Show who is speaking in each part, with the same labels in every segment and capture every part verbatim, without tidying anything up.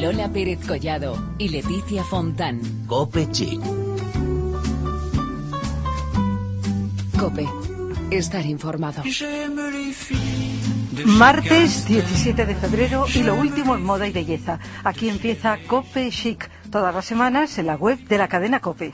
Speaker 1: Lola Pérez Collado y Leticia Fontán.
Speaker 2: Cope Chic.
Speaker 1: Cope. Estar informado.
Speaker 3: Martes diecisiete de febrero y lo último en moda y belleza. Aquí empieza Cope Chic, todas las semanas en la web de la cadena Cope.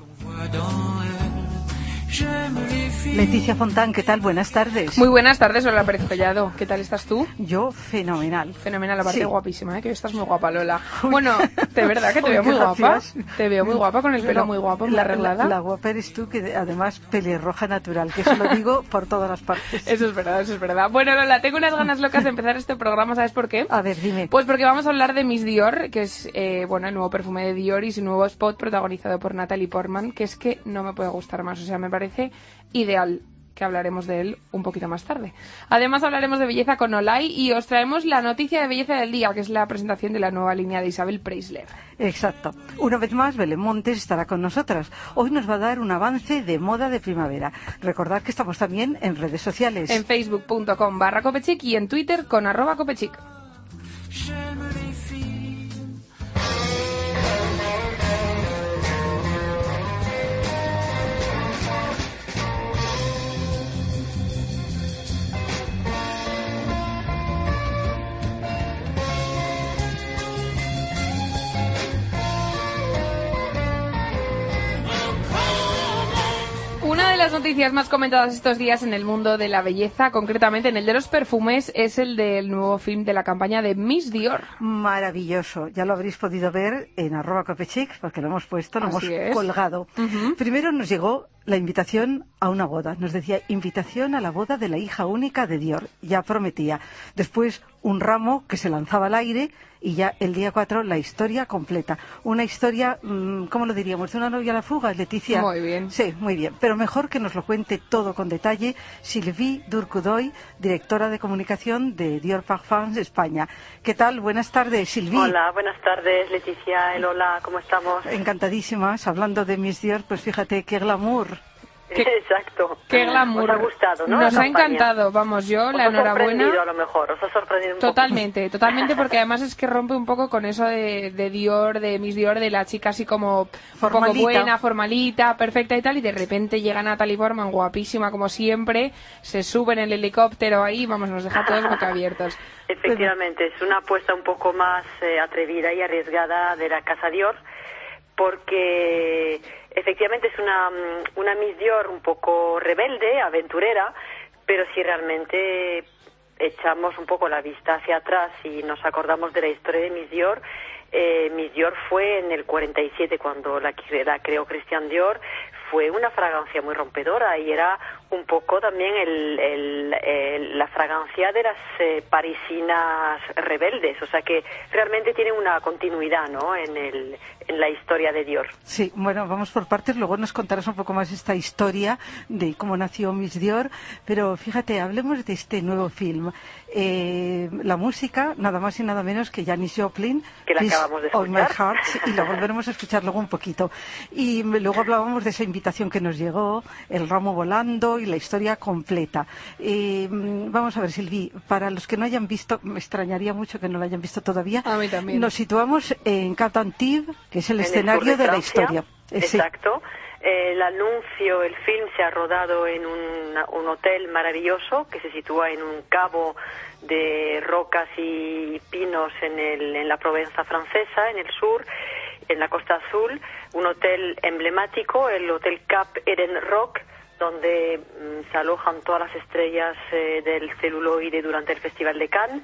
Speaker 3: Leticia Fontán, ¿qué tal? Buenas tardes.
Speaker 4: Muy buenas tardes, Lola Pérez Collado. ¿Qué tal estás tú?
Speaker 3: Yo, fenomenal.
Speaker 4: Fenomenal, aparte
Speaker 3: Sí.
Speaker 4: guapísima, ¿eh? Que estás muy guapa, Lola.
Speaker 3: Uy.
Speaker 4: Bueno, de verdad que te
Speaker 3: Uy,
Speaker 4: veo muy
Speaker 3: gracias.
Speaker 4: guapa. Te veo muy guapa, con el pelo
Speaker 3: No,
Speaker 4: muy guapo, muy
Speaker 3: la,
Speaker 4: arreglada.
Speaker 3: La, la guapa eres tú, que además pelirroja natural, que eso lo digo por todas las partes.
Speaker 4: Eso es verdad, eso es verdad. Bueno, Lola, tengo unas ganas locas de empezar este programa, ¿sabes por qué?
Speaker 3: A ver, dime.
Speaker 4: Pues porque vamos a hablar de Miss Dior, que es eh, bueno, el nuevo perfume de Dior y su nuevo spot protagonizado por Natalie Portman, que es que no me puede gustar más, o sea, me parece ideal, que hablaremos de él un poquito más tarde. Además hablaremos de belleza con Olay y os traemos la noticia de belleza del día, que es la presentación de la nueva línea de Isabel Preisler.
Speaker 3: Exacto. Una vez más, Belén Montes estará con nosotras. Hoy nos va a dar un avance de moda de primavera. Recordad que estamos también en redes sociales.
Speaker 4: En facebook punto com barra copechic y en Twitter con arroba copechic. Una de las noticias más comentadas estos días en el mundo de la belleza, concretamente en el de los perfumes, es el del nuevo film de la campaña de Miss Dior.
Speaker 3: Maravilloso. Ya lo habréis podido ver en arroba copechic, porque lo hemos puesto, lo
Speaker 4: Así
Speaker 3: hemos
Speaker 4: es.
Speaker 3: colgado.
Speaker 4: Uh-huh.
Speaker 3: Primero nos llegó la invitación a una boda. Nos decía, invitación a la boda de la hija única de Dior. Ya prometía. Después, un ramo que se lanzaba al aire y ya el día cuatro la historia completa. Una historia, mmm, ¿cómo lo diríamos? ¿De una novia a la fuga, Leticia?
Speaker 4: Muy bien.
Speaker 3: Sí, muy bien. Pero mejor que nos lo cuente todo con detalle Sylvie Durcudoy, directora de comunicación de Dior Parfums España. ¿Qué tal? Buenas tardes, Sylvie.
Speaker 5: Hola, buenas tardes, Leticia, Lola, ¿cómo estamos?
Speaker 3: Encantadísimas. Hablando de Miss Dior, pues fíjate, qué glamour.
Speaker 4: ¿Qué?
Speaker 5: Exacto.
Speaker 4: Qué glamour.
Speaker 5: Os ha gustado, ¿no?
Speaker 4: Nos
Speaker 5: la
Speaker 4: ha
Speaker 5: campaña?
Speaker 4: encantado, vamos, yo
Speaker 5: Os
Speaker 4: la
Speaker 5: ha
Speaker 4: enhorabuena.
Speaker 5: sorprendido a lo mejor, os ha sorprendido un
Speaker 4: Totalmente,
Speaker 5: poco.
Speaker 4: totalmente, porque además es que rompe un poco con eso de, de Dior, de Miss Dior, de la chica así como un poco
Speaker 3: Formalita.
Speaker 4: buena, formalita, perfecta y tal, y de repente llega Natalie Portman, guapísima como siempre, se sube en el helicóptero ahí, vamos, nos deja todos boquiabiertos.
Speaker 5: Efectivamente, es una apuesta un poco más eh, atrevida y arriesgada de la casa Dior, porque efectivamente es una, una Miss Dior un poco rebelde, aventurera, pero si realmente echamos un poco la vista hacia atrás y nos acordamos de la historia de Miss Dior, eh, Miss Dior fue en el cuarenta y siete cuando la, la creó Christian Dior, fue una fragancia muy rompedora y era un poco también el, el, el, la fragancia de las eh, parisinas rebeldes, o sea que realmente tiene una continuidad, ¿no?, en, el, en la historia de Dior.
Speaker 3: Sí, bueno, vamos por partes, luego nos contarás un poco más esta historia de cómo nació Miss Dior, pero fíjate, hablemos de este nuevo film. Eh, la música, nada más y nada menos que Janis Joplin,
Speaker 5: que la acabamos de
Speaker 3: All My
Speaker 5: escuchar.
Speaker 3: Heart, y la volveremos a escuchar luego un poquito. Y luego hablábamos de esa invitación que nos llegó, el ramo volando y la historia completa. Eh, vamos a ver, Sylvie, para los que no hayan visto, me extrañaría mucho que no lo hayan visto todavía.
Speaker 4: A mí también.
Speaker 3: Nos situamos en Cap Antibes, que es el
Speaker 5: En
Speaker 3: escenario
Speaker 5: el sur de,
Speaker 3: de la
Speaker 5: Francia,
Speaker 3: historia. Eh, sí.
Speaker 5: Exacto. Eh, el anuncio, el film se ha rodado en un, un hotel maravilloso que se sitúa en un cabo de rocas y pinos en, el, en la Provenza francesa, en el sur, en la Costa Azul. Un hotel emblemático, el Hotel Cap Eden Rock, donde mm, se alojan todas las estrellas eh, del celuloide durante el Festival de Cannes.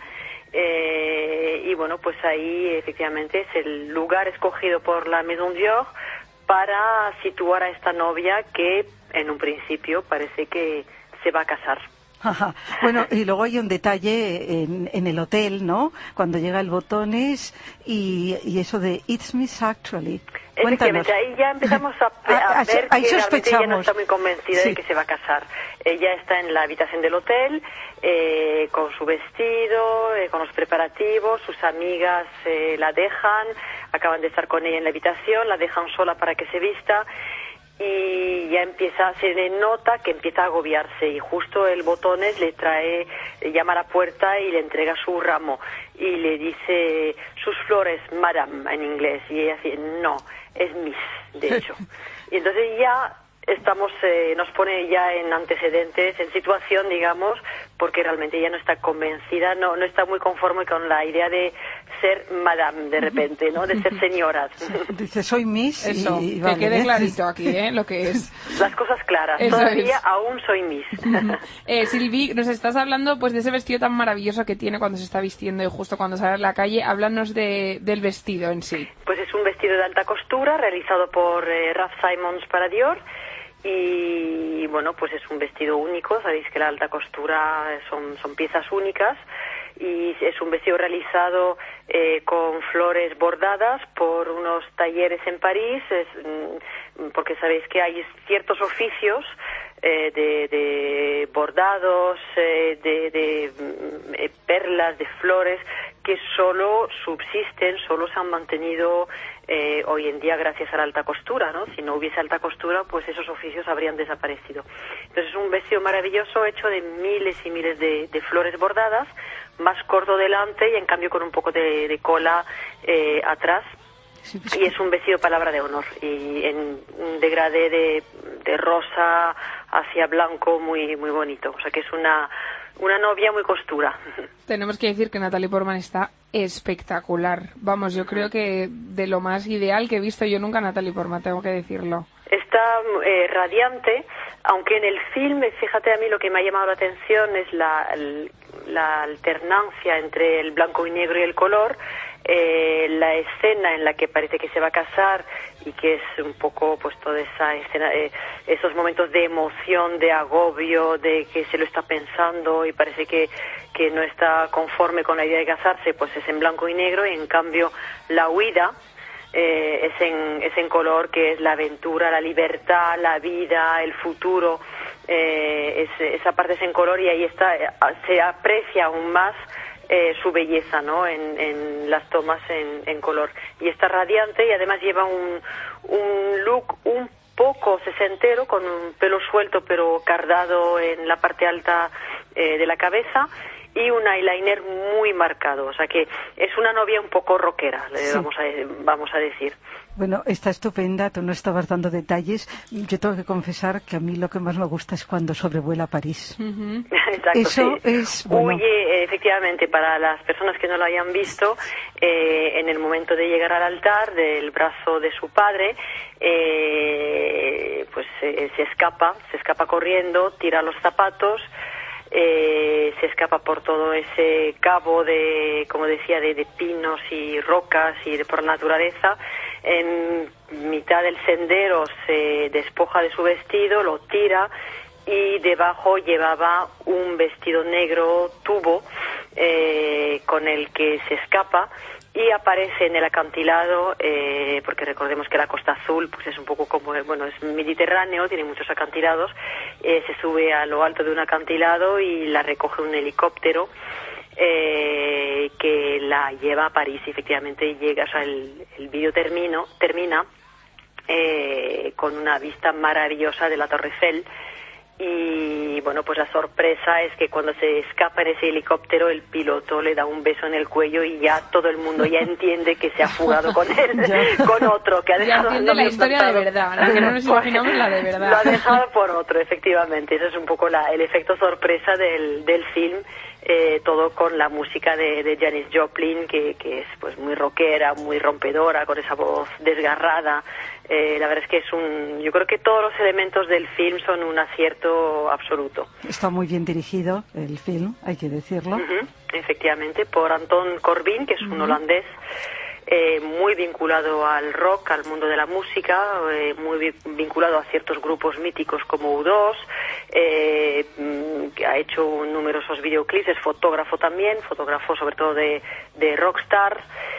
Speaker 5: Eh, y bueno, pues ahí efectivamente es el lugar escogido por la Maison Dior para situar a esta novia que en un principio parece que se va a casar.
Speaker 3: Ajá. Bueno, y luego hay un detalle en, en el hotel, ¿no? Cuando llega el botones y, y eso de It's Miss Actually. Cuéntanos.
Speaker 5: Efectivamente, ahí ya empezamos a, a
Speaker 3: Ah,
Speaker 5: ver
Speaker 3: ahí
Speaker 5: que realmente ella no
Speaker 3: sospechamos.
Speaker 5: está muy convencida
Speaker 3: Sí.
Speaker 5: de que se va a casar. Ella está en la habitación del hotel, eh, con su vestido, eh, con los preparativos, sus amigas eh, la dejan, acaban de estar con ella en la habitación, la dejan sola para que se vista. y ya empieza, se le nota que empieza a agobiarse y justo el Botones le trae, llama a la puerta y le entrega su ramo y le dice sus flores, madame, en inglés, y ella dice, no, es miss, de hecho. Y entonces ya estamos, eh, nos pone ya en antecedentes, en situación, digamos, porque realmente ella no está convencida, no, no está muy conforme con la idea de ser madame de repente, ¿no? De ser señoras.
Speaker 3: Dice, soy miss.
Speaker 4: Eso,
Speaker 3: y, y
Speaker 4: que
Speaker 3: vale,
Speaker 4: quede
Speaker 3: ¿eh?
Speaker 4: clarito aquí, ¿eh? Lo que es.
Speaker 5: Las cosas claras.
Speaker 4: Eso
Speaker 5: Todavía
Speaker 4: es.
Speaker 5: aún soy miss.
Speaker 4: eh, Silvi, nos estás hablando pues de ese vestido tan maravilloso que tiene cuando se está vistiendo y justo cuando sale a la calle. Háblanos de, del vestido en sí.
Speaker 5: Pues es un vestido de alta costura realizado por eh, Raf Simons para Dior. Y bueno, pues es un vestido único, sabéis que la alta costura son, son piezas únicas y es un vestido realizado eh, con flores bordadas por unos talleres en París, es, porque sabéis que hay ciertos oficios eh, de, de bordados, eh, de, de eh, perlas, de flores, que solo subsisten, solo se han mantenido eh, hoy en día gracias a la alta costura, ¿no? Si no hubiese alta costura, pues esos oficios habrían desaparecido. Entonces es un vestido maravilloso hecho de miles y miles de, de flores bordadas, más corto delante y en cambio con un poco de, de cola eh, atrás. Y es un vestido palabra de honor y en un degradé de, de rosa hacia blanco muy muy bonito. O sea que es una una novia muy costura.
Speaker 4: Tenemos que decir que Natalie Portman está espectacular. Vamos, yo creo que de lo más ideal que he visto yo nunca a Natalie Portman, tengo que decirlo.
Speaker 5: Está eh, radiante, aunque en el filme, fíjate, a mí lo que me ha llamado la atención es la, la alternancia entre el blanco y negro y el color. Eh, la escena en la que parece que se va a casar y que es un poco pues toda esa escena, eh, esos momentos de emoción, de agobio, de que se lo está pensando y parece que, que no está conforme con la idea de casarse, pues es en blanco y negro, y en cambio la huida eh, es, en, es en color, que es la aventura, la libertad, la vida, el futuro, eh, es, esa parte es en color y ahí está, se aprecia aún más Eh, su belleza, ¿no? En, en las tomas en, en color. Y está radiante y además lleva un, un look un poco sesentero, con un pelo suelto pero cardado en la parte alta eh, de la cabeza y un eyeliner muy marcado. O sea que es una novia un poco rockera, le
Speaker 3: sí.
Speaker 5: vamos a, vamos a decir.
Speaker 3: Bueno, está estupenda, tú no estabas dando detalles. Yo tengo que confesar que a mí lo que más me gusta es cuando sobrevuela París.
Speaker 4: Uh-huh.
Speaker 5: Exacto,
Speaker 3: Eso
Speaker 5: sí.
Speaker 3: es bueno.
Speaker 5: Huye, efectivamente, para las personas que no lo hayan visto, eh, en el momento de llegar al altar, del brazo de su padre, eh, pues eh, se escapa, se escapa corriendo, tira los zapatos, eh, se escapa por todo ese cabo de, como decía, de, de pinos y rocas y de por la naturaleza. En mitad del sendero se despoja de su vestido, lo tira y debajo llevaba un vestido negro tubo eh, con el que se escapa y aparece en el acantilado, eh, porque recordemos que la Costa Azul pues es un poco como, bueno, es mediterráneo, tiene muchos acantilados, eh, se sube a lo alto de un acantilado y la recoge un helicóptero eh, que la lleva a París y efectivamente llega, o sea, el, el vídeo termino, termina eh, con una vista maravillosa de la Torre Eiffel. Y bueno, pues la sorpresa es que cuando se escapa en ese helicóptero el piloto le da un beso en el cuello y ya todo el mundo ya entiende que se ha fugado con él, con otro, que ha dejado...
Speaker 4: Ya entiende la historia plantado. De verdad, la que no nos imaginamos la de verdad.
Speaker 5: Lo ha dejado por otro, efectivamente. Ese es un poco la, el efecto sorpresa del, del film. Eh, todo con la música de, de Janis Joplin, que, que es pues muy rockera, muy rompedora, con esa voz desgarrada. Eh, la verdad es que es un... Yo creo que todos los elementos del film son un acierto absoluto.
Speaker 3: Está muy bien dirigido el film, hay que decirlo.
Speaker 5: Uh-huh, efectivamente, por Anton Corbijn, que es un uh-huh. holandés eh, muy vinculado al rock, al mundo de la música, eh, muy vi- vinculado a ciertos grupos míticos como U dos, eh, que ha hecho numerosos videoclips, es fotógrafo también, fotógrafo sobre todo de, de rockstar.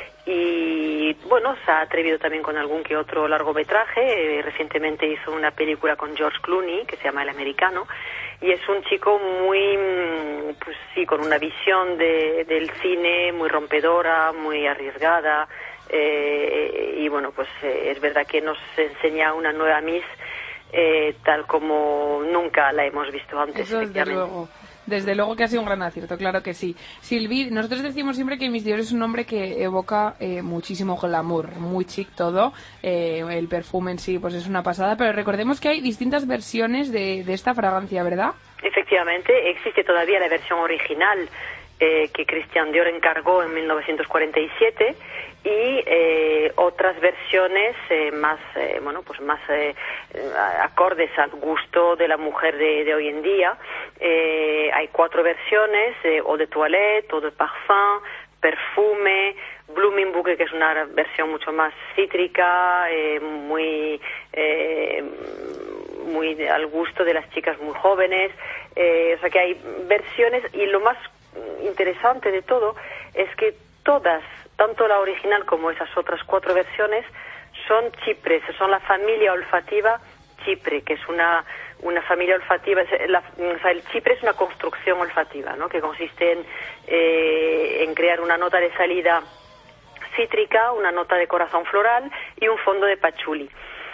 Speaker 5: Y bueno, se ha atrevido también con algún que otro largometraje. Eh, recientemente hizo una película con George Clooney que se llama El Americano, y es un chico muy, pues sí, con una visión de, del cine muy rompedora, muy arriesgada, eh, y bueno, pues eh, es verdad que nos enseña una nueva Miss eh, tal como nunca la hemos visto antes.
Speaker 4: Eso desde luego. Desde luego que ha sido un gran acierto, claro que sí. Silvi, nosotros decimos siempre que Miss Dior es un nombre que evoca eh, muchísimo glamour, muy chic todo. Eh, el perfume en sí pues es una pasada, pero recordemos que hay distintas versiones de, de esta fragancia, ¿verdad?
Speaker 5: Efectivamente, existe todavía la versión original eh, que Christian Dior encargó en mil novecientos cuarenta y siete y eh, otras versiones eh, más eh, bueno pues más eh, acordes al gusto de la mujer de, de hoy en día. Eh, hay cuatro versiones: eh, eau de toilette, eau de parfum, perfume, blooming bouquet, que es una versión mucho más cítrica, eh, muy eh, muy al gusto de las chicas muy jóvenes. Eh, o sea que hay versiones, y lo más interesante de todo es que todas, tanto la original como esas otras cuatro versiones, son chipres, son la familia olfativa chipre, que es una una familia olfativa. Es la, o sea, el chipre es una construcción olfativa, ¿no?, que consiste en, eh, en crear una nota de salida cítrica, una nota de corazón floral y un fondo de pachuli.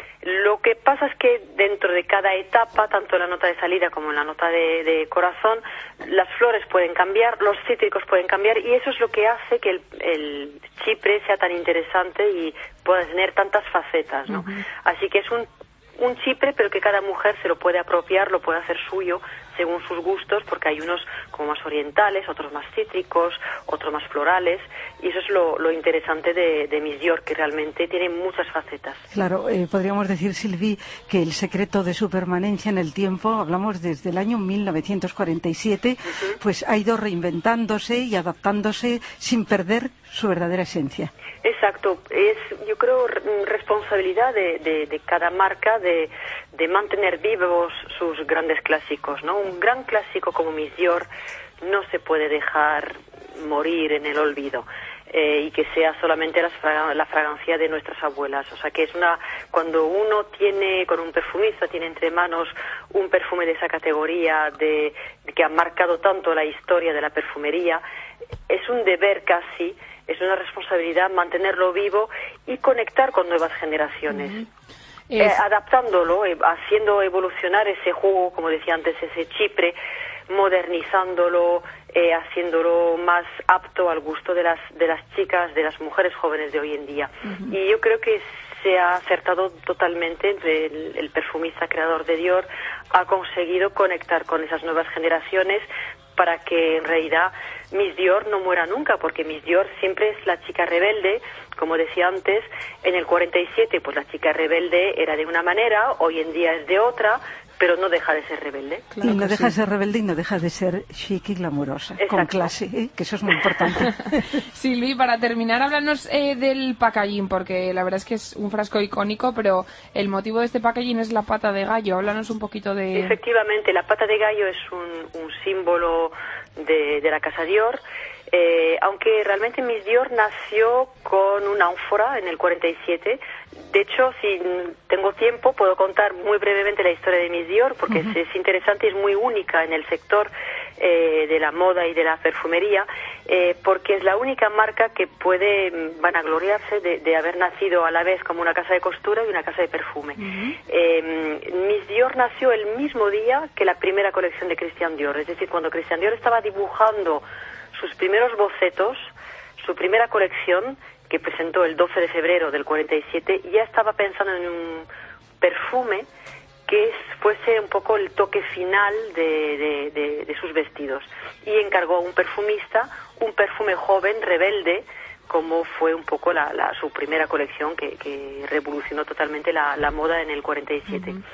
Speaker 5: Lo que pasa es que dentro de cada etapa, tanto en la nota de salida como en la nota de, de corazón, las flores pueden cambiar, los cítricos pueden cambiar, y eso es lo que hace que el, el chipre sea tan interesante y pueda tener tantas facetas, ¿no? Uh-huh. Así que es un un chipre, pero que cada mujer se lo puede apropiar, lo puede hacer suyo según sus gustos, porque hay unos como más orientales, otros más cítricos, otros más florales, y eso es lo, lo interesante de, de Miss Dior, que realmente tiene muchas facetas.
Speaker 3: Claro, eh, podríamos decir, Silvi, que el secreto de su permanencia en el tiempo, hablamos desde el año mil novecientos cuarenta y siete, uh-huh. pues ha ido reinventándose y adaptándose sin perder su verdadera esencia.
Speaker 5: Exacto, es, yo creo, responsabilidad de, de, de cada marca de, de mantener vivos sus grandes clásicos, ¿no? Un gran clásico como Miss Dior no se puede dejar morir en el olvido. Eh, y que sea solamente la, frag- la fragancia de nuestras abuelas. O sea, que es una, cuando uno tiene, con un perfumista, tiene entre manos un perfume de esa categoría, de, de que ha marcado tanto la historia de la perfumería, es un deber casi, es una responsabilidad mantenerlo vivo y conectar con nuevas generaciones. Uh-huh. Es... Eh, adaptándolo, eh, haciendo evolucionar ese jugo, como decía antes, ese chipre, modernizándolo, eh, haciéndolo más apto al gusto de las de las chicas, de las mujeres jóvenes de hoy en día. Uh-huh. Y yo creo que se ha acertado totalmente entre el, el perfumista creador de Dior, ha conseguido conectar con esas nuevas generaciones para que en realidad Miss Dior no muera nunca, porque Miss Dior siempre es la chica rebelde. Como decía antes, en el cuarenta y siete pues la chica rebelde era de una manera, hoy en día es de otra, pero no deja de ser rebelde.
Speaker 3: Claro, y no deja de ser rebelde y no deja de ser chic y glamurosa, exacto, con clase, ¿eh? Que eso es muy importante.
Speaker 4: Silvi, para terminar, háblanos eh, del packaging, porque la verdad es que es un frasco icónico, pero el motivo de este packaging es la pata de gallo. Háblanos un poquito de...
Speaker 5: Efectivamente, la pata de gallo es un, un símbolo de, de la casa Dior. Eh, aunque realmente Miss Dior nació con una ánfora en el cuarenta y siete. De hecho, si tengo tiempo, puedo contar muy brevemente la historia de Miss Dior, porque uh-huh. es, es interesante y es muy única en el sector eh, de la moda y de la perfumería, eh, porque es la única marca que puede vanagloriarse de, de haber nacido a la vez como una casa de costura y una casa de perfume. Uh-huh. Eh, Miss Dior nació el mismo día que la primera colección de Christian Dior, es decir, cuando Christian Dior estaba dibujando sus primeros bocetos, su primera colección, que presentó el doce de febrero del cuarenta y siete, ya estaba pensando en un perfume que fuese un poco el toque final de, de, de, de sus vestidos. Y encargó a un perfumista un perfume joven, rebelde, como fue un poco la, la, su primera colección, que, que revolucionó totalmente la, la moda en el cuarenta y siete. Uh-huh.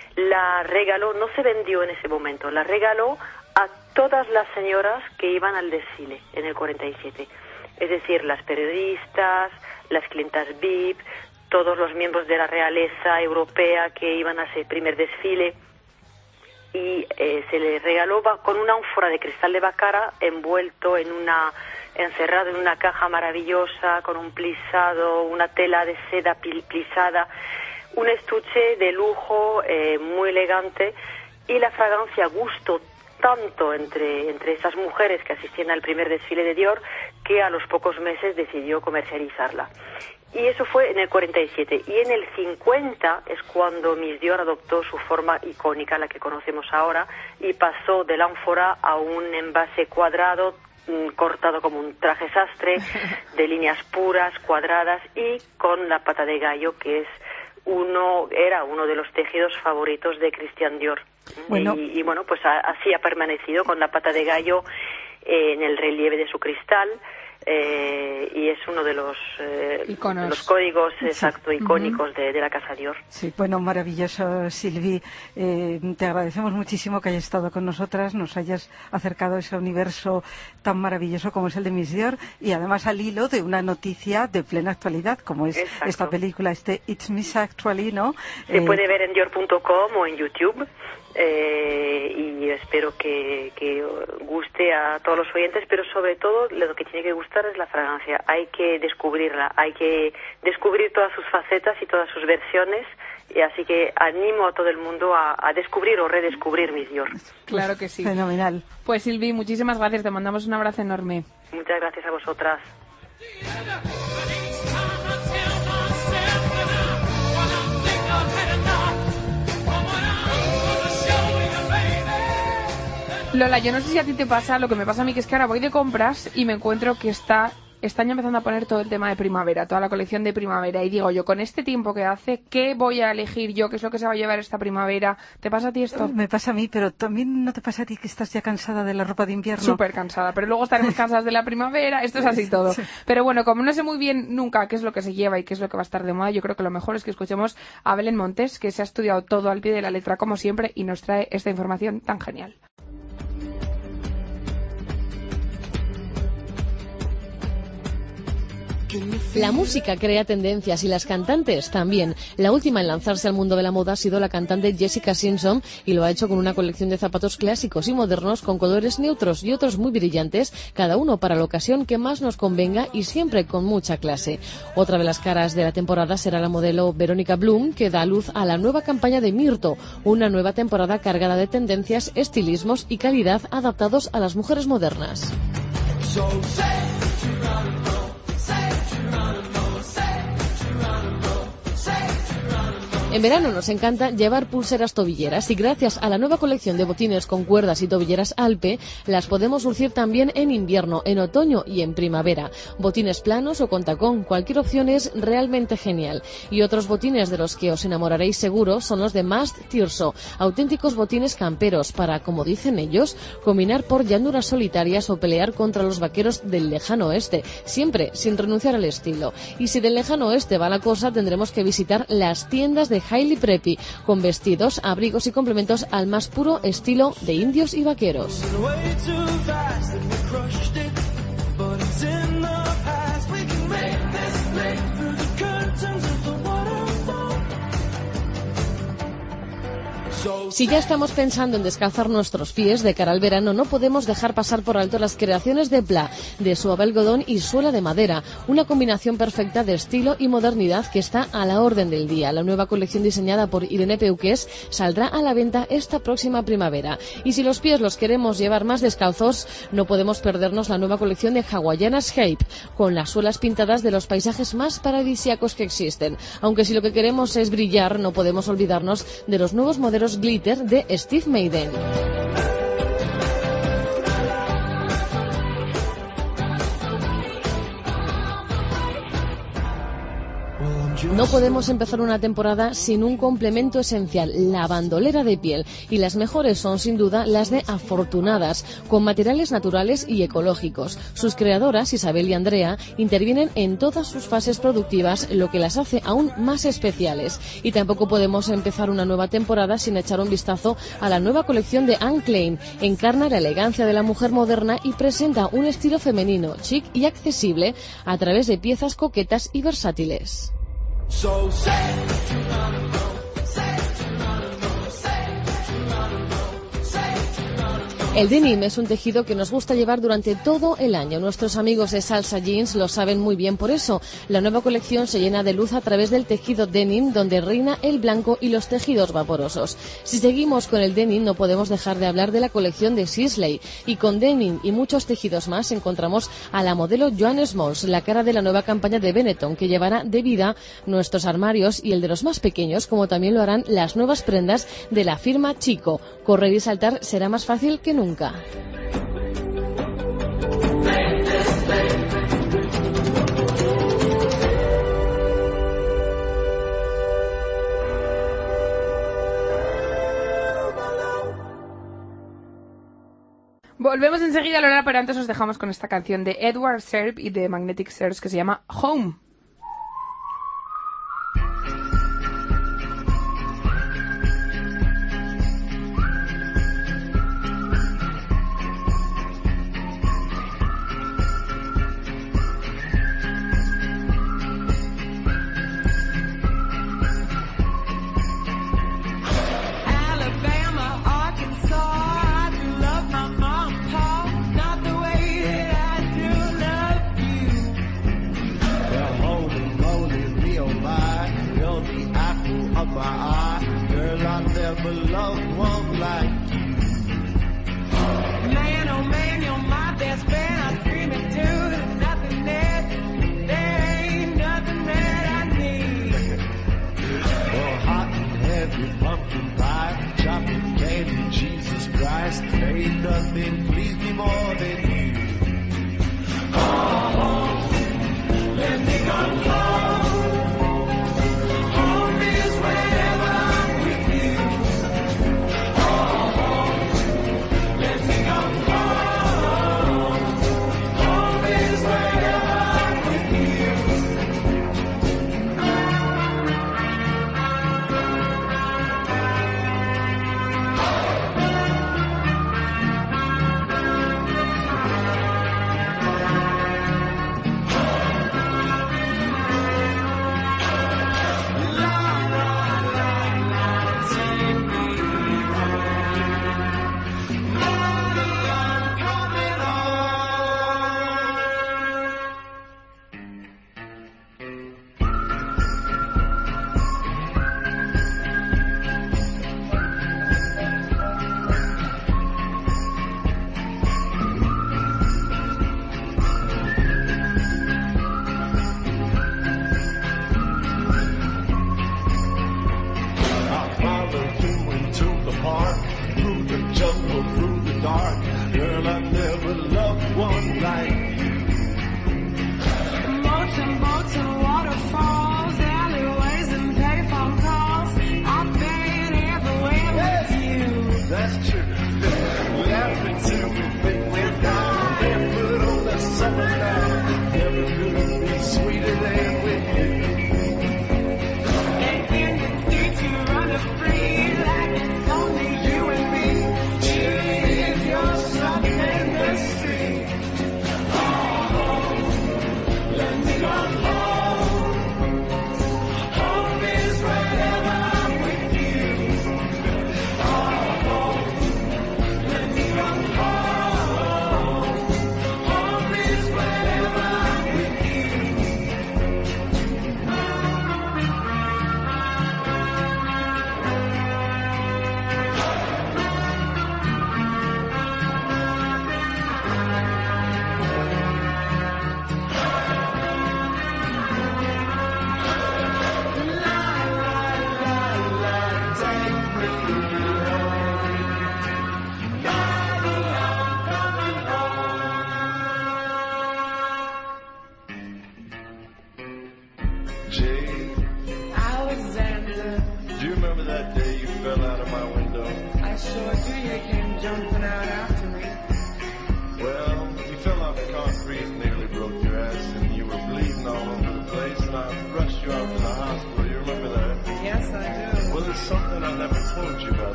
Speaker 5: La regaló, no se vendió en ese momento, la regaló a todas las señoras que iban al desfile en el cuarenta y siete. Es decir, las periodistas, las clientas V I P, todos los miembros de la realeza europea que iban a ese primer desfile. Y eh, se les regaló con una ánfora de cristal de Baccara envuelto en una, encerrado en una caja maravillosa, con un plisado, una tela de seda plisada, un estuche de lujo eh, muy elegante, y la fragancia gustó tanto entre, entre esas mujeres que asistían al primer desfile de Dior, que a los pocos meses decidió comercializarla. Y eso fue en el cuarenta y siete. Y en el cincuenta es cuando Miss Dior adoptó su forma icónica, la que conocemos ahora, y pasó del ánfora a un envase cuadrado, cortado como un traje sastre, de líneas puras, cuadradas, y con la pata de gallo, que es uno era uno de los tejidos favoritos de Christian Dior. Bueno. Y, y bueno, pues a, así ha permanecido, con la pata de gallo eh, en el relieve de su cristal. Eh, y es uno de los, eh, de los códigos exacto sí. icónicos uh-huh. de, de la Casa Dior.
Speaker 3: Sí, bueno, maravilloso, Sylvie. Eh, te agradecemos muchísimo que hayas estado con nosotras, nos hayas acercado a ese universo tan maravilloso como es el de Miss Dior, y además al hilo de una noticia de plena actualidad, como es exacto. esta película, este It's Miss Actually, ¿no?
Speaker 5: Se eh, puede ver en dior punto com o en YouTube. Eh, y espero que, que guste a todos los oyentes, pero sobre todo lo que tiene que gustar es la fragancia. Hay que descubrirla, hay que descubrir todas sus facetas y todas sus versiones, y así que animo a todo el mundo a, a descubrir o redescubrir Miss Dior.
Speaker 4: Claro que sí.
Speaker 3: Fenomenal.
Speaker 4: Pues Sylvie, muchísimas gracias, te mandamos un abrazo enorme.
Speaker 5: Muchas gracias a vosotras.
Speaker 4: Lola, yo no sé si a ti te pasa, lo que me pasa a mí que es que ahora voy de compras y me encuentro que está, están ya empezando a poner todo el tema de primavera, toda la colección de primavera, y digo yo, con este tiempo que hace, ¿qué voy a elegir yo? ¿Qué es lo que se va a llevar esta primavera? ¿Te pasa a ti esto?
Speaker 3: Me pasa a mí, pero también ¿no te pasa a ti que estás ya cansada de la ropa de invierno?
Speaker 4: Súper cansada, pero luego estaremos cansadas de la primavera, esto es así todo. Sí. Pero bueno, como no sé muy bien nunca qué es lo que se lleva y qué es lo que va a estar de moda, yo creo que lo mejor es que escuchemos a Belén Montes, que se ha estudiado todo al pie de la letra como siempre y nos trae esta información tan genial.
Speaker 2: La música crea tendencias y las cantantes también. La última en lanzarse al mundo de la moda ha sido la cantante Jessica Simpson, y lo ha hecho con una colección de zapatos clásicos y modernos con colores neutros y otros muy brillantes, cada uno para la ocasión que más nos convenga y siempre con mucha clase. Otra de las caras de la temporada será la modelo Veronica Bloom, que da a luz a la nueva campaña de Myrto, una nueva temporada cargada de tendencias, estilismos y calidad adaptados a las mujeres modernas. En verano nos encanta llevar pulseras tobilleras, y gracias a la nueva colección de botines con cuerdas y tobilleras Alpe las podemos lucir también en invierno, en otoño y en primavera. Botines planos o con tacón, cualquier opción es realmente genial. Y otros botines de los que os enamoraréis seguro son los de Mast Tirso, auténticos botines camperos para, como dicen ellos, combinar por llanuras solitarias o pelear contra los vaqueros del lejano oeste, siempre sin renunciar al estilo. Y si del lejano oeste va la cosa, tendremos que visitar las tiendas de Hailey Preppy, con vestidos, abrigos y complementos al más puro estilo de indios y vaqueros. Si ya estamos pensando en descalzar nuestros pies de cara al verano, no podemos dejar pasar por alto las creaciones de Pla, de suave algodón y suela de madera, una combinación perfecta de estilo y modernidad que está a la orden del día. La nueva colección diseñada por Irene Peuqués saldrá a la venta esta próxima primavera. Y si los pies los queremos llevar más descalzos, no podemos perdernos la nueva colección de Hawaiianas Shape, con las suelas pintadas de los paisajes más paradisíacos que existen. Aunque si lo que queremos es brillar, no podemos olvidarnos de los nuevos modelos glitter de Steve Madden. No podemos empezar una temporada sin un complemento esencial, la bandolera de piel, y las mejores son sin duda las de Afortunadas, con materiales naturales y ecológicos. Sus creadoras, Isabel y Andrea, intervienen en todas sus fases productivas, lo que las hace aún más especiales. Y tampoco podemos empezar una nueva temporada sin echar un vistazo a la nueva colección de Anne Klein. Encarna la elegancia de la mujer moderna y presenta un estilo femenino, chic y accesible a través de piezas coquetas y versátiles. So say that you wanna know, say that you wanna know, say that you wanna know, say that you wanna know. El denim es un tejido que nos gusta llevar durante todo el año. Nuestros amigos de Salsa Jeans lo saben muy bien por eso. La nueva colección se llena de luz a través del tejido denim, donde reina el blanco y los tejidos vaporosos. Si seguimos con el denim, no podemos dejar de hablar de la colección de Sisley. Y con denim y muchos tejidos más encontramos a la modelo Joan Smalls, la cara de la nueva campaña de Benetton, que llevará de vida nuestros armarios y el de los más pequeños, como también lo harán las nuevas prendas de la firma Chico. Correr y saltar será más fácil que nunca. Nunca.
Speaker 4: Volvemos enseguida, Lola, pero antes os dejamos con esta canción de Edward Serb y de Magnetic Search que se llama Home.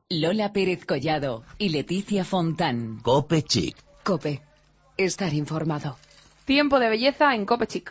Speaker 1: Lola Pérez Collado y Leticia Fontán.
Speaker 6: Cope Chic.
Speaker 1: Cope. Estar informado.
Speaker 4: Tiempo de belleza en Cope Chic.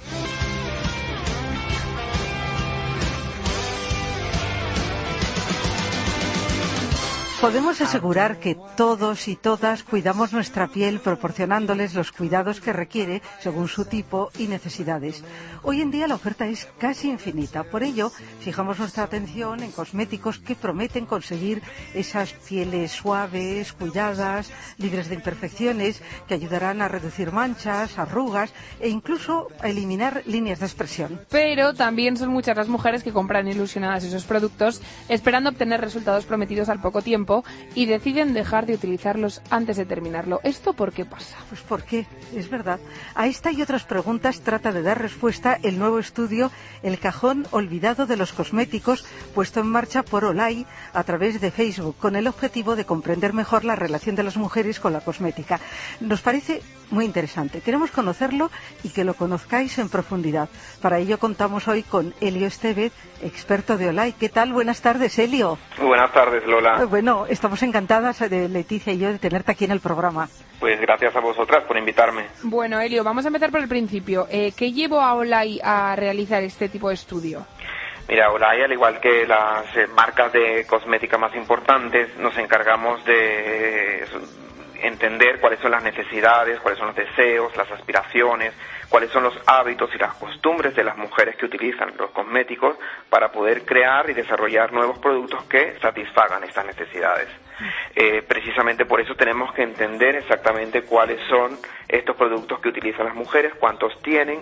Speaker 3: Podemos asegurar que todos y todas cuidamos nuestra piel proporcionándoles los cuidados que requiere según su tipo y necesidades. Hoy en día la oferta es casi infinita. Por ello, fijamos nuestra atención en cosméticos que prometen conseguir esas pieles suaves, cuidadas, libres de imperfecciones, que ayudarán a reducir manchas, arrugas e incluso a eliminar líneas de expresión.
Speaker 4: Pero también son muchas las mujeres que compran ilusionadas esos productos esperando obtener resultados prometidos al poco tiempo y deciden dejar de utilizarlos antes de terminarlo. ¿Esto por qué pasa?
Speaker 3: Pues ¿por qué? Es verdad. A esta y otras preguntas trata de dar respuesta el nuevo estudio El cajón olvidado de los cosméticos, puesto en marcha por Olay a través de Facebook, con el objetivo de comprender mejor la relación de las mujeres con la cosmética. Nos parece muy interesante. Queremos conocerlo y que lo conozcáis en profundidad. Para ello contamos hoy con Elio Estevez, experto de Olay. ¿Qué tal? Buenas tardes, Elio.
Speaker 7: Buenas tardes, Lola.
Speaker 3: Bueno, estamos encantadas, de Leticia y yo, de tenerte aquí en el programa.
Speaker 7: Pues gracias a vosotras por invitarme.
Speaker 4: Bueno, Elio, vamos a empezar por el principio. Eh, ¿Qué llevó a Olay a realizar este tipo de estudio?
Speaker 7: Mira, Olay, al igual que las eh, marcas de cosmética más importantes, nos encargamos de entender cuáles son las necesidades, cuáles son los deseos, las aspiraciones, cuáles son los hábitos y las costumbres de las mujeres que utilizan los cosméticos para poder crear y desarrollar nuevos productos que satisfagan estas necesidades. Eh, precisamente por eso tenemos que entender exactamente cuáles son estos productos que utilizan las mujeres, cuántos tienen,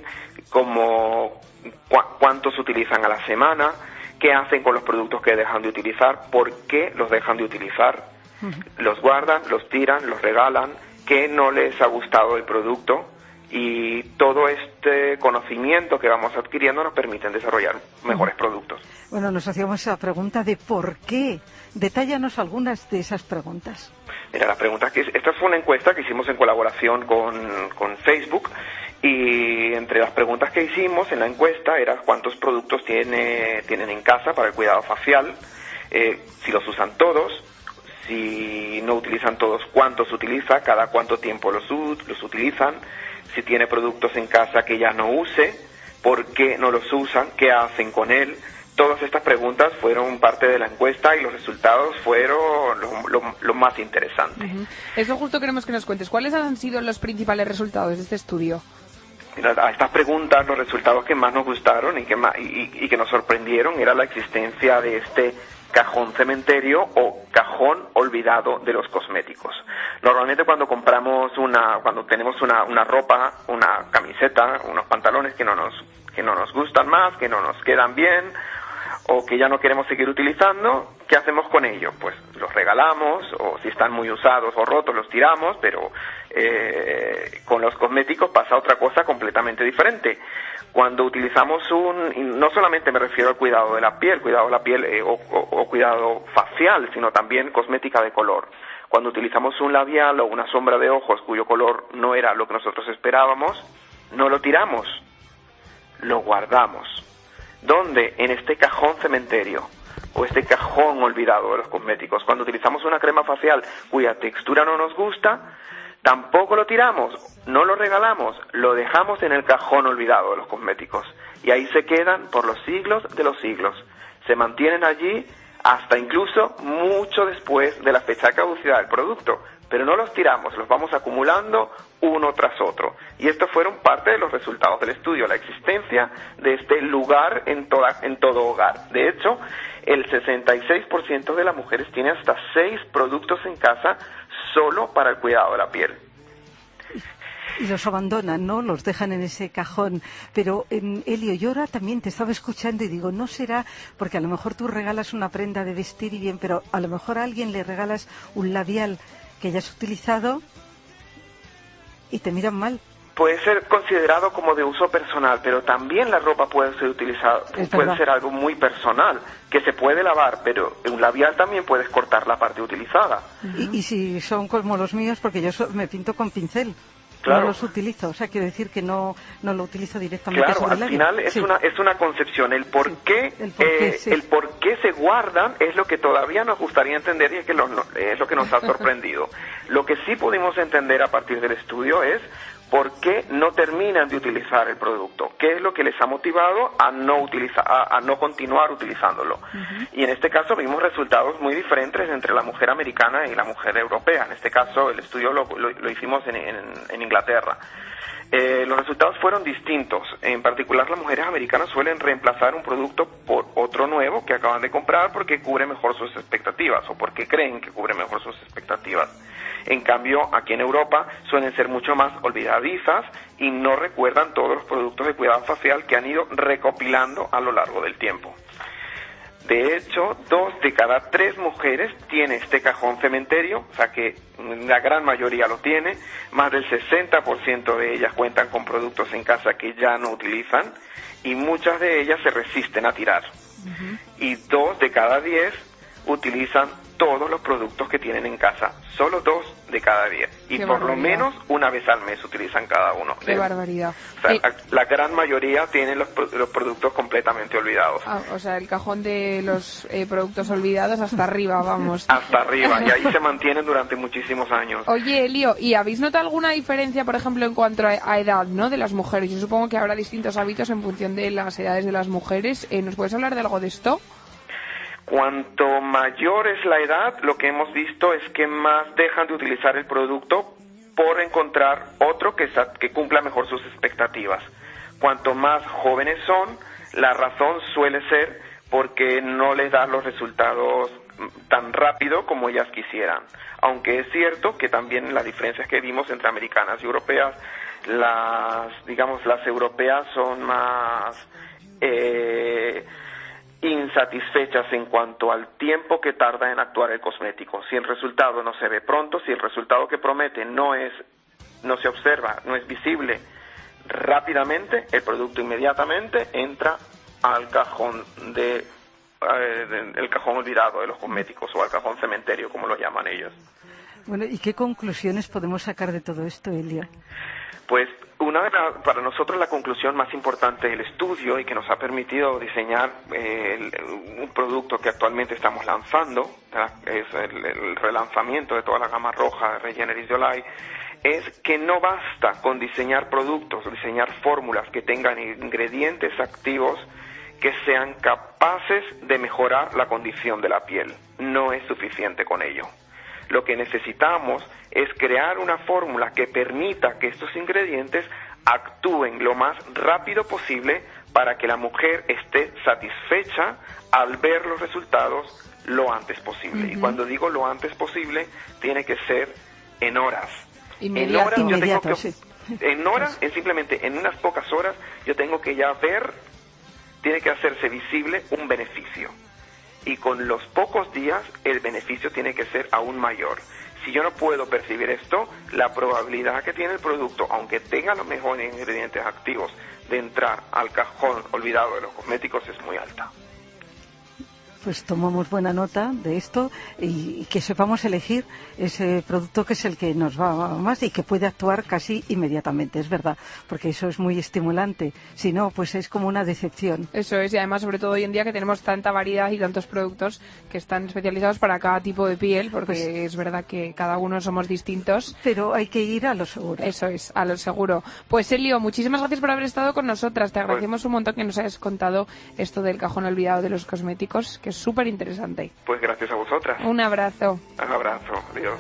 Speaker 7: cómo, cu- cuántos utilizan a la semana, qué hacen con los productos que dejan de utilizar, por qué los dejan de utilizar. Los guardan, los tiran, los regalan, que no les ha gustado el producto, y todo este conocimiento que vamos adquiriendo nos permite desarrollar mejores productos.
Speaker 3: Bueno, nos hacíamos esa pregunta de por qué. Detállanos algunas de esas preguntas.
Speaker 7: Mira, las preguntas que esta fue una encuesta que hicimos en colaboración con, con Facebook, y entre las preguntas que hicimos en la encuesta era cuántos productos tiene, tienen en casa para el cuidado facial, eh, si los usan todos, si no utilizan todos, cuántos utiliza, cada cuánto tiempo los, los utilizan, si tiene productos en casa que ya no use, por qué no los usan, qué hacen con él. Todas estas preguntas fueron parte de la encuesta y los resultados fueron lo, lo, lo más interesante.
Speaker 4: Uh-huh. Eso justo queremos que nos cuentes. ¿Cuáles han sido los principales resultados de este estudio?
Speaker 7: A estas preguntas, los resultados que más nos gustaron y que, más, y, y que nos sorprendieron era la existencia de este cajón cementerio o cajón olvidado de los cosméticos. Normalmente cuando compramos una, cuando tenemos una, una ropa, una camiseta, unos pantalones que no nos, que no nos gustan más, que no nos quedan bien, o que ya no queremos seguir utilizando, ¿qué hacemos con ellos? Pues los regalamos, o si están muy usados o rotos los tiramos, pero eh, con los cosméticos pasa otra cosa completamente diferente. Cuando utilizamos un, y no solamente me refiero al cuidado de la piel, cuidado de la piel eh, o, o, o cuidado facial, sino también cosmética de color. Cuando utilizamos un labial o una sombra de ojos cuyo color no era lo que nosotros esperábamos, no lo tiramos, lo guardamos. ¿Dónde? En este cajón cementerio o este cajón olvidado de los cosméticos. Cuando utilizamos una crema facial cuya textura no nos gusta, tampoco lo tiramos, no lo regalamos, lo dejamos en el cajón olvidado de los cosméticos. Y ahí se quedan por los siglos de los siglos. Se mantienen allí hasta incluso mucho después de la fecha de caducidad del producto. Pero no los tiramos, los vamos acumulando uno tras otro. Y estos fueron parte de los resultados del estudio, la existencia de este lugar en, toda, en todo hogar. De hecho, el sesenta y seis por ciento de las mujeres tiene hasta seis productos en casa solo para el cuidado de la piel.
Speaker 3: Y los abandonan, ¿no? Los dejan en ese cajón. Pero, en Elio, yo ahora también te estaba escuchando y digo, no será porque a lo mejor tú regalas una prenda de vestir y bien, pero a lo mejor a alguien le regalas un labial que ya has utilizado y te miran mal.
Speaker 7: Puede ser considerado como de uso personal, pero también la ropa puede ser utilizada, puede ser algo muy personal, que se puede lavar, pero un labial también puedes cortar la parte utilizada.
Speaker 3: Uh-huh. y, y si son como los míos, porque yo so, me pinto con pincel.
Speaker 7: Claro.
Speaker 3: no los utilizo, o sea, quiero decir que no, no lo utilizo directamente
Speaker 7: claro,
Speaker 3: sobre el
Speaker 7: al
Speaker 3: labio.
Speaker 7: final es
Speaker 3: Sí.
Speaker 7: una es una concepción. El por
Speaker 3: Sí,
Speaker 7: qué
Speaker 3: el por qué,
Speaker 7: eh,
Speaker 3: sí.
Speaker 7: el por qué se guardan es lo que todavía nos gustaría entender y es que lo, no- es lo que nos ha sorprendido. Lo que sí pudimos entender a partir del estudio es por qué no terminan de utilizar el producto, qué es lo que les ha motivado a no utilizar, a, a no continuar utilizándolo. Uh-huh. Y en este caso vimos resultados muy diferentes entre la mujer americana y la mujer europea. En este caso el estudio lo, lo, lo hicimos en, en, en Inglaterra. Eh, los resultados fueron distintos. En particular, las mujeres americanas suelen reemplazar un producto por otro nuevo que acaban de comprar porque cubre mejor sus expectativas o porque creen que cubre mejor sus expectativas. En cambio, aquí en Europa suelen ser mucho más olvidadizas y no recuerdan todos los productos de cuidado facial que han ido recopilando a lo largo del tiempo. De hecho, dos de cada tres mujeres tiene este cajón cementerio, o sea que la gran mayoría lo tiene. Más del sesenta por ciento de ellas cuentan con productos en casa que ya no utilizan y muchas de ellas se resisten a tirar. Uh-huh. Y dos de cada diez utilizan todos los productos que tienen en casa, solo dos de cada diez. Y
Speaker 4: Qué
Speaker 7: por
Speaker 4: barbaridad.
Speaker 7: lo menos una vez al mes utilizan cada uno.
Speaker 4: Qué barbaridad.
Speaker 7: O sea,
Speaker 4: Eh,
Speaker 7: la, la gran mayoría tienen los, los productos completamente olvidados.
Speaker 4: ah, o sea, el cajón de los eh, productos olvidados hasta arriba, vamos.
Speaker 7: Hasta arriba, y ahí se mantienen durante muchísimos años.
Speaker 4: Oye, Elio, ¿y habéis notado alguna diferencia, por ejemplo, en cuanto a, a edad, ¿no?, de las mujeres? Yo supongo que habrá distintos hábitos en función de las edades de las mujeres. Eh, ¿Nos puedes hablar de algo de esto?
Speaker 7: Cuanto mayor es la edad, lo que hemos visto es que más dejan de utilizar el producto por encontrar otro que, que cumpla mejor sus expectativas. Cuanto más jóvenes son, la razón suele ser porque no les da los resultados tan rápido como ellas quisieran. Aunque es cierto que también las diferencias que vimos entre americanas y europeas, las, digamos, las europeas son más eh, insatisfechas en cuanto al tiempo que tarda en actuar el cosmético. Si el resultado no se ve pronto, si el resultado que promete no es, no se observa, no es visible rápidamente, el producto inmediatamente entra al cajón de, eh, de el cajón olvidado de los cosméticos o al cajón cementerio, como lo llaman ellos.
Speaker 3: Bueno, ¿y qué conclusiones podemos sacar de todo esto, Elio?
Speaker 7: Pues una de la, para nosotros la conclusión más importante del estudio y que nos ha permitido diseñar eh, el, un producto que actualmente estamos lanzando, ¿verdad?, es el, el relanzamiento de toda la gama roja de Regeneris de Olay, es que no basta con diseñar productos, diseñar fórmulas que tengan ingredientes activos que sean capaces de mejorar la condición de la piel. No es suficiente con ello. Lo que necesitamos es crear una fórmula que permita que estos ingredientes actúen lo más rápido posible para que la mujer esté satisfecha al ver los resultados lo antes posible. Uh-huh. Y cuando digo lo antes posible, tiene que ser en horas.
Speaker 4: Inmediato.
Speaker 7: En horas yo
Speaker 3: Inmediato,
Speaker 7: tengo que,
Speaker 3: sí.
Speaker 7: en horas, en simplemente en unas pocas horas, yo tengo que ya ver, tiene que hacerse visible un beneficio. Y con los pocos días el beneficio tiene que ser aún mayor. Si yo no puedo percibir esto, la probabilidad que tiene el producto, aunque tenga los mejores ingredientes activos, de entrar al cajón olvidado de los cosméticos es muy alta.
Speaker 3: Pues tomamos buena nota de esto y, y que sepamos elegir ese producto que es el que nos va más y que puede actuar casi inmediatamente, es verdad, porque eso es muy estimulante. Si no, pues es como una decepción.
Speaker 4: Eso es, y además sobre todo hoy en día que tenemos tanta variedad y tantos productos que están especializados para cada tipo de piel, porque pues, es verdad que cada uno somos distintos.
Speaker 3: Pero hay que ir a lo seguro.
Speaker 4: Eso es, a lo seguro. Pues Elio, muchísimas gracias por haber estado con nosotras. Te agradecemos pues, un montón que nos hayas contado esto del cajón olvidado de los cosméticos, que es súper interesante.
Speaker 7: Pues gracias a vosotras.
Speaker 4: Un abrazo.
Speaker 7: Un abrazo, adiós.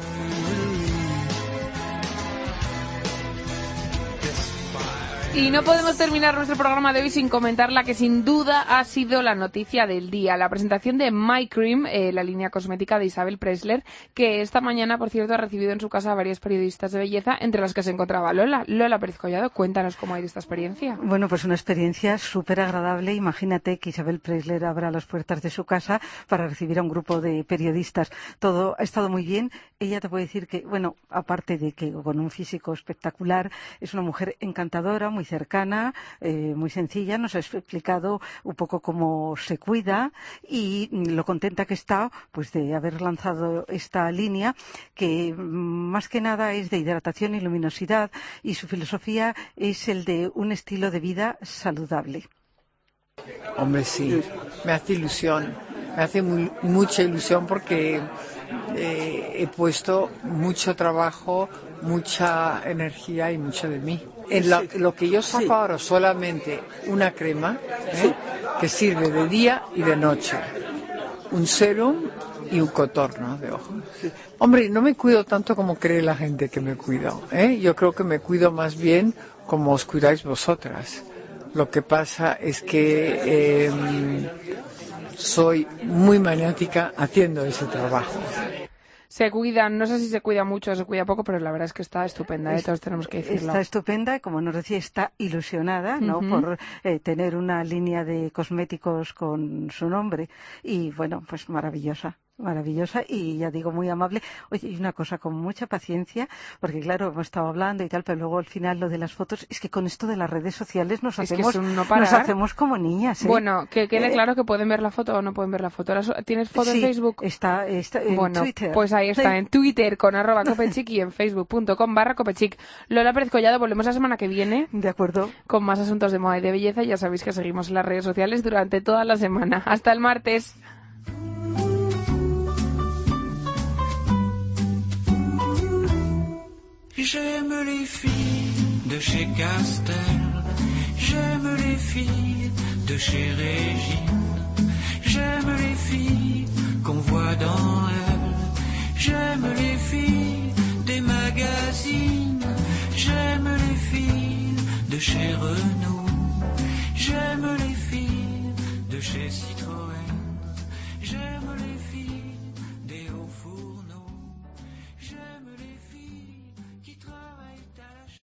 Speaker 4: Y no podemos terminar nuestro programa de hoy sin comentar la que sin duda ha sido la noticia del día, la presentación de My Cream, eh, la línea cosmética de Isabel Preisler, que esta mañana, por cierto, ha recibido en su casa a varios periodistas de belleza, entre las que se encontraba Lola. Lola Pérez Collado, cuéntanos cómo ha ido esta experiencia.
Speaker 3: Bueno, pues una experiencia súper agradable. Imagínate que Isabel Preisler abra las puertas de su casa para recibir a un grupo de periodistas. Todo ha estado muy bien. Ella te puede decir que, bueno, aparte de que con un físico espectacular, es una mujer encantadora, muy muy cercana, eh, muy sencilla, nos ha explicado un poco cómo se cuida y lo contenta que está pues de haber lanzado esta línea que más que nada es de hidratación y luminosidad, y su filosofía es el de un estilo de vida saludable.
Speaker 6: Hombre, sí, me hace ilusión, me hace muy, mucha ilusión porque eh, he puesto mucho trabajo, mucha energía y mucho de mí. En la, lo que yo saco sí. ahora solamente una crema ¿eh? que sirve de día y de noche, un serum y un contorno de ojos. Hombre, no me cuido tanto como cree la gente que me cuido, ¿eh? Yo creo que me cuido más bien como os cuidáis vosotras. Lo que pasa es que eh, soy muy maniática haciendo ese trabajo.
Speaker 4: Se cuidan, no sé si se cuida mucho o se cuida poco, pero la verdad es que está estupenda, ¿eh? Todos tenemos que decirlo.
Speaker 3: Está estupenda y, como nos decía, está ilusionada, ¿no? Uh-huh. Por eh, tener una línea de cosméticos con su nombre. Y bueno, pues maravillosa. Maravillosa y, ya digo, muy amable. Oye, y una cosa, con mucha paciencia, porque claro, hemos estado hablando y tal, pero luego al final lo de las fotos, es que con esto de las redes sociales nos,
Speaker 4: es
Speaker 3: hacemos,
Speaker 4: que no
Speaker 3: nos hacemos como niñas, ¿eh?
Speaker 4: Bueno, que quede
Speaker 3: eh,
Speaker 4: claro que pueden ver la foto o no pueden ver la foto. ¿Tienes foto
Speaker 3: sí,
Speaker 4: en Facebook?
Speaker 3: Está, está en
Speaker 4: bueno,
Speaker 3: Twitter.
Speaker 4: Pues ahí está, en Twitter con arroba copechic y en facebook.com barra copechic. Lola Pérez Collado, volvemos la semana que viene.
Speaker 3: De acuerdo.
Speaker 4: Con más asuntos de moda y de belleza. Ya sabéis que seguimos en las redes sociales durante toda la semana. Hasta el martes.
Speaker 8: J'aime les filles de chez Castel, j'aime les filles de chez Régine, j'aime les filles qu'on voit dans Elle, j'aime les filles des magazines, j'aime les filles de chez Renault, j'aime les filles de chez Citroën.